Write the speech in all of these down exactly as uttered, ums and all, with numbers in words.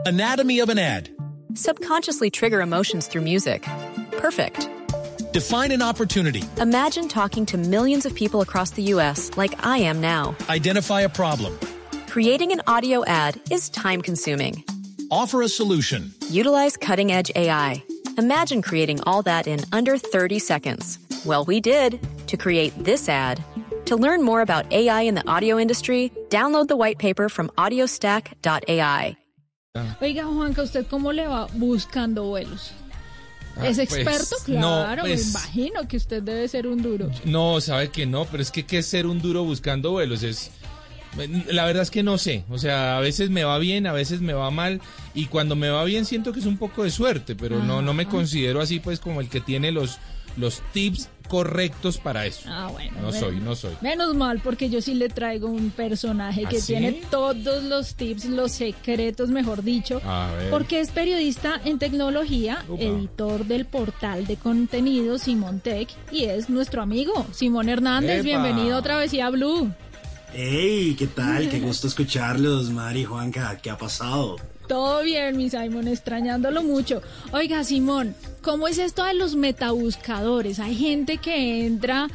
Anatomy of an ad. Subconsciously trigger emotions through music. Perfect. Define an opportunity. Imagine talking to millions of people across the U S like I am now. Identify a problem. Creating an audio ad is time-consuming. Offer a solution. Utilize cutting-edge A I. Imagine creating all that in under thirty seconds. Well, we did to create this ad. To learn more about A I in the audio industry, download the white paper from audiostack dot A I. Oiga, Juanca, ¿usted cómo le va buscando vuelos? Ah, ¿Es experto? pues, Claro, no, pues, me imagino que usted debe ser un duro. No, sabe que no, pero es que qué es ser un duro buscando vuelos, es... La verdad es que no sé, o sea, a veces me va bien, a veces me va mal, y cuando me va bien siento que es un poco de suerte, pero no, no me considero así pues como el que tiene los, los tips correctos para eso. Ah, bueno. No bueno. soy, no soy. Menos mal, porque yo sí le traigo un personaje ¿Ah, que sí? tiene todos los tips, los secretos, mejor dicho, A ver. porque es periodista en tecnología, Upa. editor del portal de contenido Simón Tech, y es nuestro amigo Simón Hernández. ¡Epa! Bienvenido a Travesía Blue. ¡Hey! ¿Qué tal? Qué gusto escucharlos, Mari, Juanca. ¿Qué ha pasado? Todo bien, mi Simón, extrañándolo mucho. Oiga, Simón, ¿cómo es esto de los metabuscadores? Hay gente que entra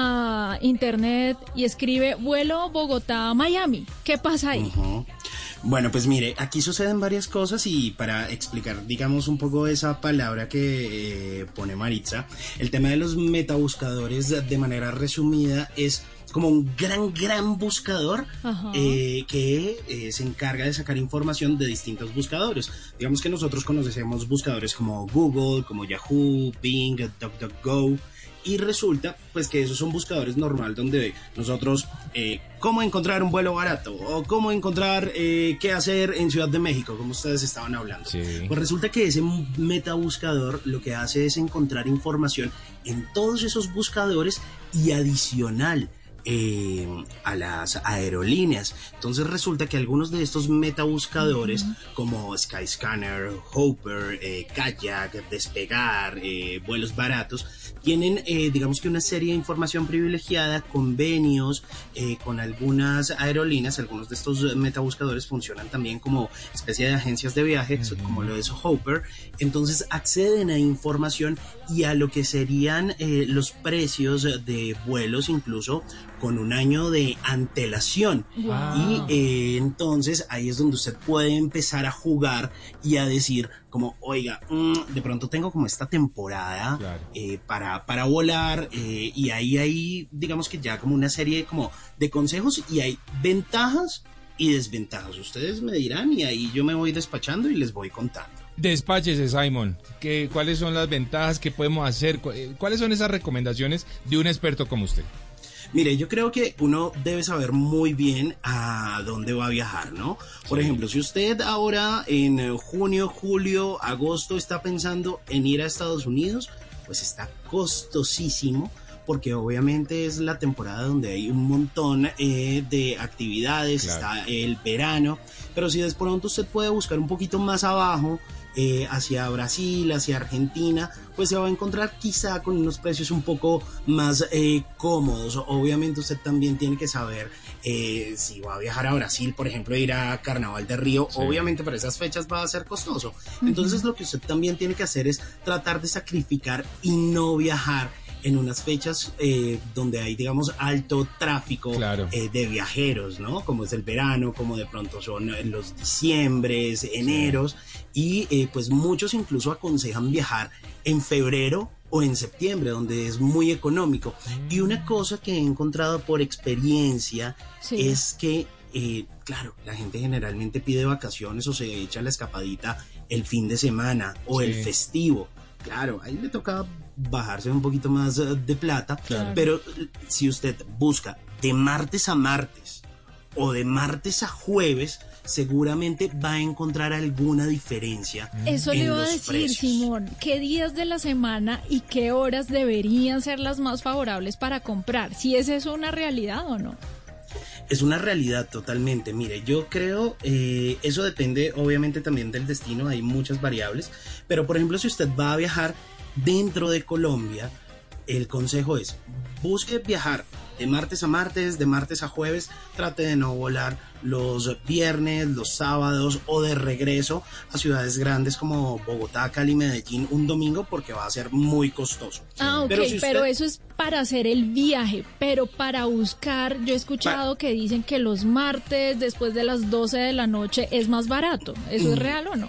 a internet y escribe vuelo Bogotá-Miami. ¿Qué pasa ahí? Uh-huh. Bueno, pues mire, aquí suceden varias cosas y para explicar, digamos, un poco esa palabra que eh, pone Maritza, el tema de los metabuscadores, de manera resumida, es como un gran, gran buscador eh, que eh, se encarga de sacar información de distintos buscadores. Digamos que nosotros conocemos buscadores como Google, como Yahoo, Bing, DuckDuckGo, y resulta pues que esos son buscadores normal donde nosotros eh, cómo encontrar un vuelo barato o cómo encontrar eh, qué hacer en Ciudad de México, como ustedes estaban hablando. Sí. Pues resulta que ese metabuscador lo que hace es encontrar información en todos esos buscadores y adicional Eh, a las aerolíneas. Entonces resulta que algunos de estos metabuscadores uh-huh. como Skyscanner, Hopper, eh, Kayak, Despegar, eh, vuelos baratos, tienen eh, digamos que una serie de información privilegiada, convenios eh, con algunas aerolíneas. Algunos de estos metabuscadores funcionan también como especie de agencias de viajes, uh-huh. como lo es Hopper. Entonces acceden a información y a lo que serían eh, los precios de vuelos, incluso con un año de antelación. Wow. Y eh, entonces ahí es donde usted puede empezar a jugar y a decir como, oiga, mmm, de pronto tengo como esta temporada claro. eh, para, para volar eh, y ahí hay digamos que ya como una serie como de consejos y hay ventajas y desventajas. Ustedes me dirán y ahí yo me voy despachando y les voy contando. Despáchese, Simon. ¿Qué, ¿Cuáles son las ventajas que podemos hacer? ¿Cuáles son esas recomendaciones de un experto como usted? Mire, yo creo que uno debe saber muy bien a dónde va a viajar, ¿no? Por sí. ejemplo, si usted ahora en junio, julio, agosto está pensando en ir a Estados Unidos, pues está costosísimo, porque obviamente es la temporada donde hay un montón eh, de actividades, claro. Está el verano, pero si de pronto usted puede buscar un poquito más abajo, Eh, hacia Brasil, hacia Argentina, pues se va a encontrar quizá con unos precios un poco más eh, cómodos. Obviamente usted también tiene que saber eh, si va a viajar a Brasil, por ejemplo, ir a Carnaval de Río, sí. Obviamente para esas fechas va a ser costoso. Entonces uh-huh. lo que usted también tiene que hacer es tratar de sacrificar y no viajar en unas fechas eh, donde hay, digamos, alto tráfico claro. eh, de viajeros, ¿no? Como es el verano, como de pronto son los diciembres, eneros, sí. y eh, pues muchos incluso aconsejan viajar en febrero o en septiembre, donde es muy económico. Mm. Y una cosa que he encontrado por experiencia sí. es que, eh, claro, la gente generalmente pide vacaciones o se echa la escapadita el fin de semana o sí. el festivo. Claro, ahí le toca bajarse un poquito más de plata, claro. Pero si usted busca de martes a martes o de martes a jueves, seguramente va a encontrar alguna diferencia. Eso en le iba los a decir, precios. Simón, ¿qué días de la semana y qué horas deberían ser las más favorables para comprar? ¿Si es eso una realidad o no? Es una realidad totalmente. Mire, yo creo, eh, eso depende obviamente también del destino, hay muchas variables, pero por ejemplo si usted va a viajar dentro de Colombia, el consejo es, busque viajar de martes a martes, de martes a jueves, trate de no volar los viernes, los sábados o de regreso a ciudades grandes como Bogotá, Cali, Medellín un domingo porque va a ser muy costoso. Ah, ok, pero, si usted... pero eso es para hacer el viaje, pero para buscar, yo he escuchado pa... que dicen que los martes después de las doce de la noche es más barato. ¿Eso mm. es real o no?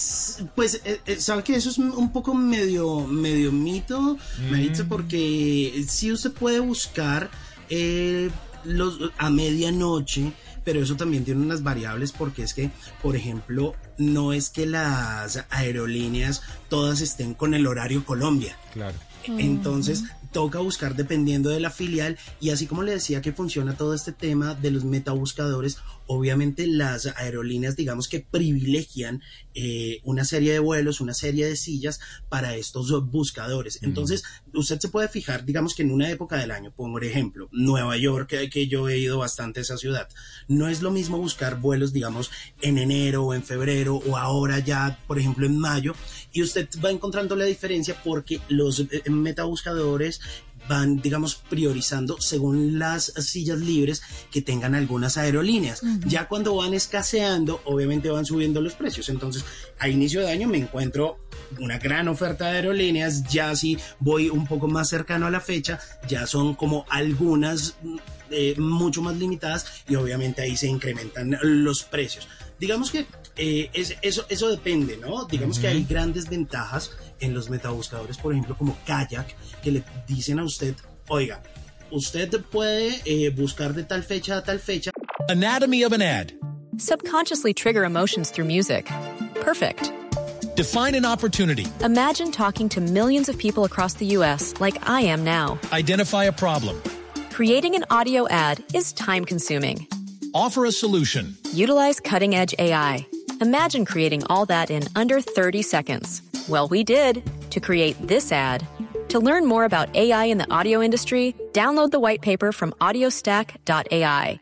Pues, eh, ¿sabe que eso es un poco medio, medio mito, mm. Maritza? Porque sí usted puede buscar eh, los, a medianoche, pero eso también tiene unas variables porque es que, por ejemplo, no es que las aerolíneas todas estén con el horario Colombia. Claro. Entonces, toca buscar dependiendo de la filial y así como le decía que funciona todo este tema de los metabuscadores, obviamente las aerolíneas digamos que privilegian eh, una serie de vuelos, una serie de sillas para estos buscadores. Entonces, mm. usted se puede fijar, digamos que en una época del año, por ejemplo, Nueva York, que, que yo he ido bastante a esa ciudad, no es lo mismo buscar vuelos, digamos, en enero o en febrero o ahora ya, por ejemplo, en mayo, y usted va encontrando la diferencia porque los eh, metabuscadores van, digamos, priorizando según las sillas libres que tengan algunas aerolíneas. Uh-huh. Ya cuando van escaseando, obviamente van subiendo los precios. Entonces, a inicio de año me encuentro una gran oferta de aerolíneas. Ya si voy un poco más cercano a la fecha, ya son como algunas eh, mucho más limitadas y obviamente ahí se incrementan los precios. Digamos que eh, es, eso, eso depende, ¿no? Digamos uh-huh. que hay grandes ventajas en los metabuscadores, por ejemplo, como Kayak, que le dicen a usted, oiga, usted puede eh, buscar de tal fecha a tal fecha. Anatomy of an ad. Subconsciously trigger emotions through music. Perfect. Define an opportunity. Imagine talking to millions of people across the U S like I am now. Identify a problem. Creating an audio ad is time-consuming. Offer a solution. Utilize cutting-edge A I. Imagine creating all that in under thirty seconds. Well, we did to create this ad. To learn more about A I in the audio industry, download the white paper from audiostack dot A I.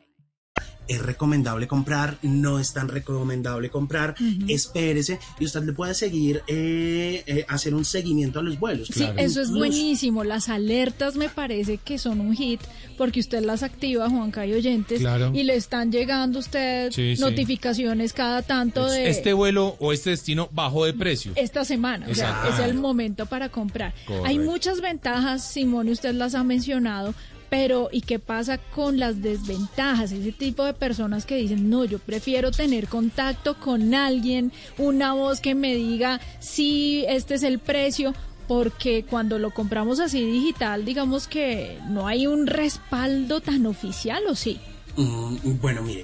Es recomendable comprar, no es tan recomendable comprar, uh-huh. espérese y usted le puede seguir, eh, eh, hacer un seguimiento a los vuelos. Sí, claro. Eso es buenísimo, las alertas me parece que son un hit porque usted las activa, Juanca y oyentes, claro. y le están llegando a usted sí, notificaciones sí. cada tanto es, de... Este vuelo o este destino bajó de precio. Esta semana, o sea, es el momento para comprar. Correcto. Hay muchas ventajas, Simón, y usted las ha mencionado. Pero, ¿y qué pasa con las desventajas? Ese tipo de personas que dicen, no, yo prefiero tener contacto con alguien, una voz que me diga, sí, este es el precio, porque cuando lo compramos así digital, digamos que no hay un respaldo tan oficial, ¿o sí? Mm, bueno, mire,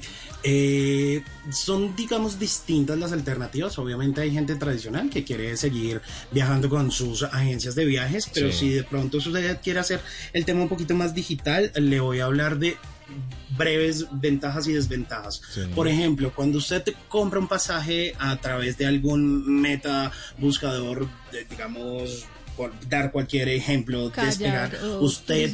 eh, son, digamos, distintas las alternativas. Obviamente hay gente tradicional que quiere seguir viajando con sus agencias de viajes, pero sí. si de pronto usted quiere hacer el tema un poquito más digital, le voy a hablar de breves ventajas y desventajas. Sí. Por ejemplo, cuando usted compra un pasaje a través de algún meta buscador, digamos, por dar cualquier ejemplo, Kayak, despegar, usted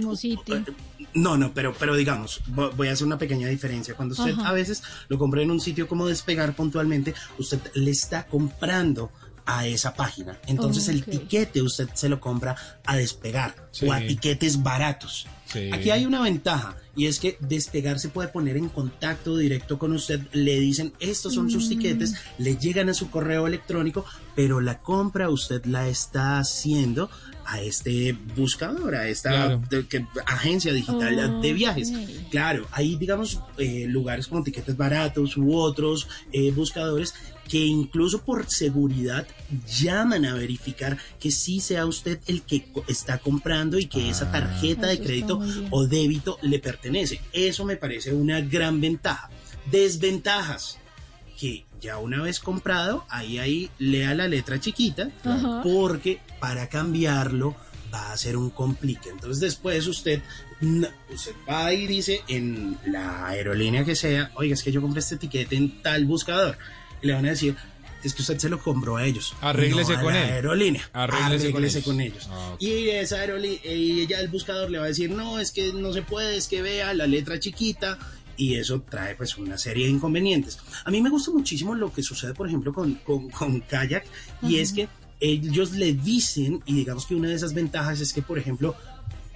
no, no, pero, pero digamos, voy a hacer una pequeña diferencia. Cuando usted Ajá. a veces lo compra en un sitio como Despegar puntualmente, usted le está comprando a esa página. Entonces oh, okay. el tiquete usted se lo compra a Despegar sí. o a tiquetes baratos. Sí. Aquí hay una ventaja y es que Despegar se puede poner en contacto directo con usted, le dicen estos son mm. sus tiquetes, le llegan a su correo electrónico, pero la compra usted la está haciendo a este buscador, a esta claro. de, que, agencia digital oh, de viajes. Okay. Claro, hay digamos eh, lugares como Tiquetes Baratos u otros eh, buscadores que incluso por seguridad llaman a verificar que sí sea usted el que está comprando y que ah, esa tarjeta de crédito o débito le pertenece. Eso me parece una gran ventaja. Desventajas, que ya una vez comprado, ahí ahí lea la letra chiquita, Ajá. porque para cambiarlo va a ser un complique. Entonces después usted, usted va y dice en la aerolínea que sea, oiga, es que yo compré este tiquete en tal buscador. Y le van a decir, es que usted se lo compró a ellos. Arréglese no con la él. Aerolínea. Arréglese, Arréglese con, con ellos. ellos. Ah, okay. Y esa aerolínea, y ya el buscador le va a decir, no, es que no se puede, es que vea la letra chiquita. Y eso trae pues una serie de inconvenientes. A mí me gusta muchísimo lo que sucede, por ejemplo, con, con, con Kayak. Uh-huh. Y es que ellos le dicen, y digamos que una de esas ventajas es que, por ejemplo,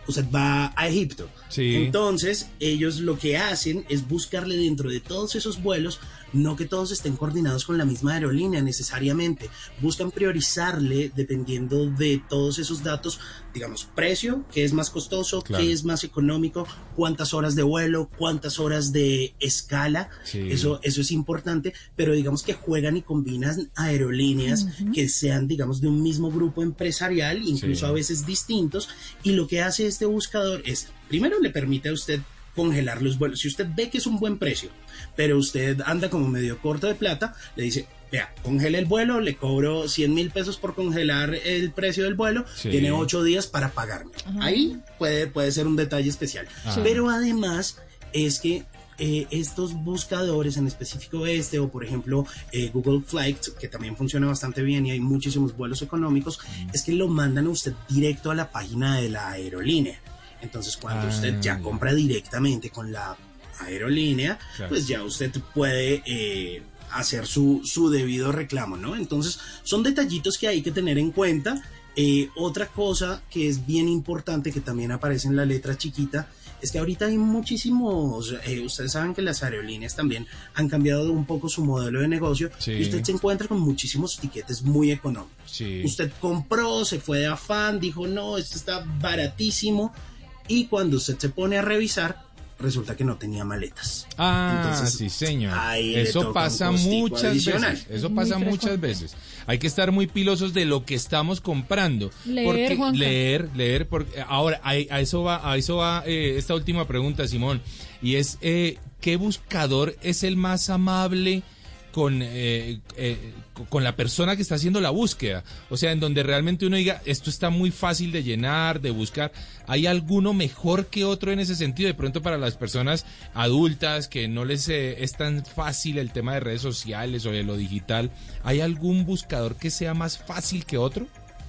usted va a Egipto. Sí. Entonces, ellos lo que hacen es buscarle dentro de todos esos vuelos, no que todos estén coordinados con la misma aerolínea necesariamente. Buscan priorizarle dependiendo de todos esos datos, digamos, precio, qué es más costoso, claro. qué es más económico, cuántas horas de vuelo, cuántas horas de escala. Sí. Eso, eso es importante, pero digamos que juegan y combinan aerolíneas uh-huh. que sean, digamos, de un mismo grupo empresarial, incluso sí. a veces distintos, y lo que hace este buscador es, primero le permite a usted congelar los vuelos. Si usted ve que es un buen precio, pero usted anda como medio corto de plata, le dice, vea, congele el vuelo, le cobro cien mil pesos por congelar el precio del vuelo, sí. tiene ocho días para pagarme. Uh-huh. Ahí puede, puede ser un detalle especial. Uh-huh. Pero además es que Eh, estos buscadores, en específico este o por ejemplo eh, Google Flights, que también funciona bastante bien y hay muchísimos vuelos económicos, mm. es que lo mandan a usted directo a la página de la aerolínea. Entonces cuando ah, usted ya compra directamente con la aerolínea, claro. pues ya usted puede eh, hacer su, su debido reclamo, ¿no? Entonces son detallitos que hay que tener en cuenta. Eh, otra cosa que es bien importante, que también aparece en la letra chiquita, es que ahorita hay muchísimos, eh, ustedes saben que las aerolíneas también han cambiado un poco su modelo de negocio, sí. y usted se encuentra con muchísimos tiquetes muy económicos. Sí. Usted compró, se fue de afán, dijo no, esto está baratísimo, y cuando usted se pone a revisar, resulta que no tenía maletas. Ah, entonces, sí, señor. Eso pasa muchas adicional. veces. Eso pasa muy muchas veces. Hay que estar muy pilosos de lo que estamos comprando. Leer, porque Juanca. leer, leer. Porque ahora a, a eso va, a eso va eh, esta última pregunta, Simón. Y es eh, ¿qué buscador es el más amable con eh, eh, con la persona que está haciendo la búsqueda? O sea, en donde realmente uno diga, esto está muy fácil de llenar, de buscar. ¿Hay alguno mejor que otro en ese sentido? De pronto para las personas adultas que no les eh, es tan fácil el tema de redes sociales o de lo digital, ¿hay algún buscador que sea más fácil que otro?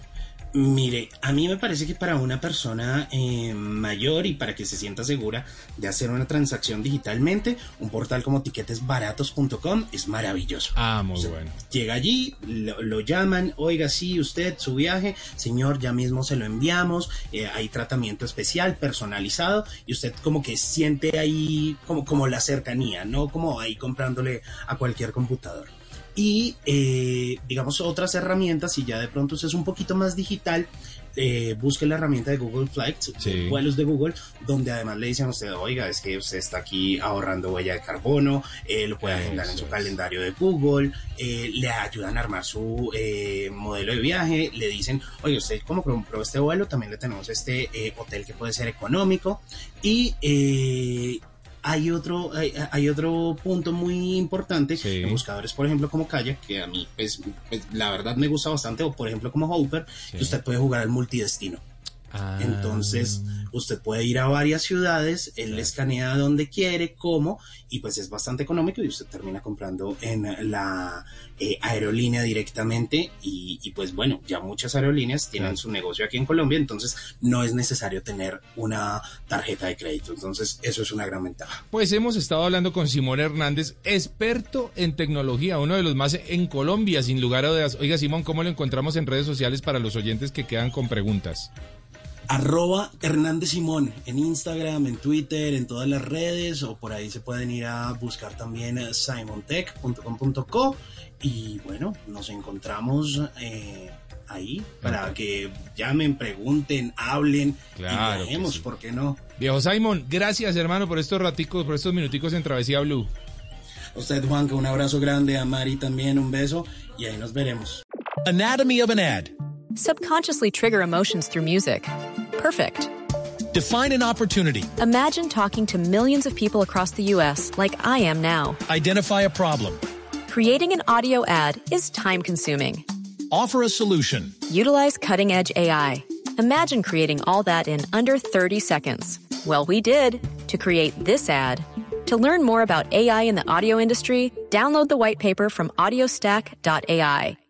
Mire, a mí me parece que para una persona eh, mayor y para que se sienta segura de hacer una transacción digitalmente, un portal como tiquetes baratos punto com es maravilloso. Ah, muy o sea, bueno. Llega allí, lo, lo llaman, oiga, sí, usted, su viaje, señor, ya mismo se lo enviamos, eh, hay tratamiento especial, personalizado, y usted como que siente ahí como, como la cercanía, no como ahí comprándole a cualquier computador. Y eh, digamos otras herramientas, y ya de pronto usted es un poquito más digital, eh, busque la herramienta de Google Flights, sí. de vuelos de Google, donde además le dicen a usted, oiga, es que usted está aquí ahorrando huella de carbono, eh, lo puede agendar Eso en su es. calendario de Google, eh, le ayudan a armar su eh, modelo de viaje, le dicen, oye, usted como compró este vuelo, también le tenemos este eh, hotel que puede ser económico, y eh, Hay otro, hay, hay otro punto muy importante sí. en buscadores, por ejemplo, como Kayak, que a mí, pues, pues, la verdad me gusta bastante, o por ejemplo como Hopper, sí. que usted puede jugar al multidestino. Ah. Entonces, usted puede ir a varias ciudades, él sí. le escanea donde quiere, cómo, y pues es bastante económico y usted termina comprando en la eh, aerolínea directamente y, y pues bueno, ya muchas aerolíneas tienen sí. su negocio aquí en Colombia, entonces no es necesario tener una tarjeta de crédito, entonces eso es una gran ventaja. Pues hemos estado hablando con Simón Hernández, experto en tecnología, uno de los más en Colombia, sin lugar a dudas. Oiga, Simón, ¿cómo lo encontramos en redes sociales para los oyentes que quedan con preguntas? Arroba Hernández Simón en Instagram, en Twitter, en todas las redes, o por ahí se pueden ir a buscar también simontech punto com punto co y bueno, nos encontramos eh, ahí para que llamen, pregunten, hablen claro y viajemos, sí. ¿por qué no? Viejo Simón, gracias hermano por estos raticos, por estos minuticos en Travesía Blue. A usted, Juanca, un abrazo grande, a Mari también un beso y ahí nos veremos. Anatomy of an ad. Subconsciously trigger emotions through music. Perfect. Define an opportunity. Imagine talking to millions of people across the U S like I am now. Identify a problem. Creating an audio ad is time-consuming. Offer a solution. Utilize cutting-edge A I. Imagine creating all that in under thirty seconds. Well, we did to create this ad. To learn more about A I in the audio industry, download the white paper from audiostack dot A I.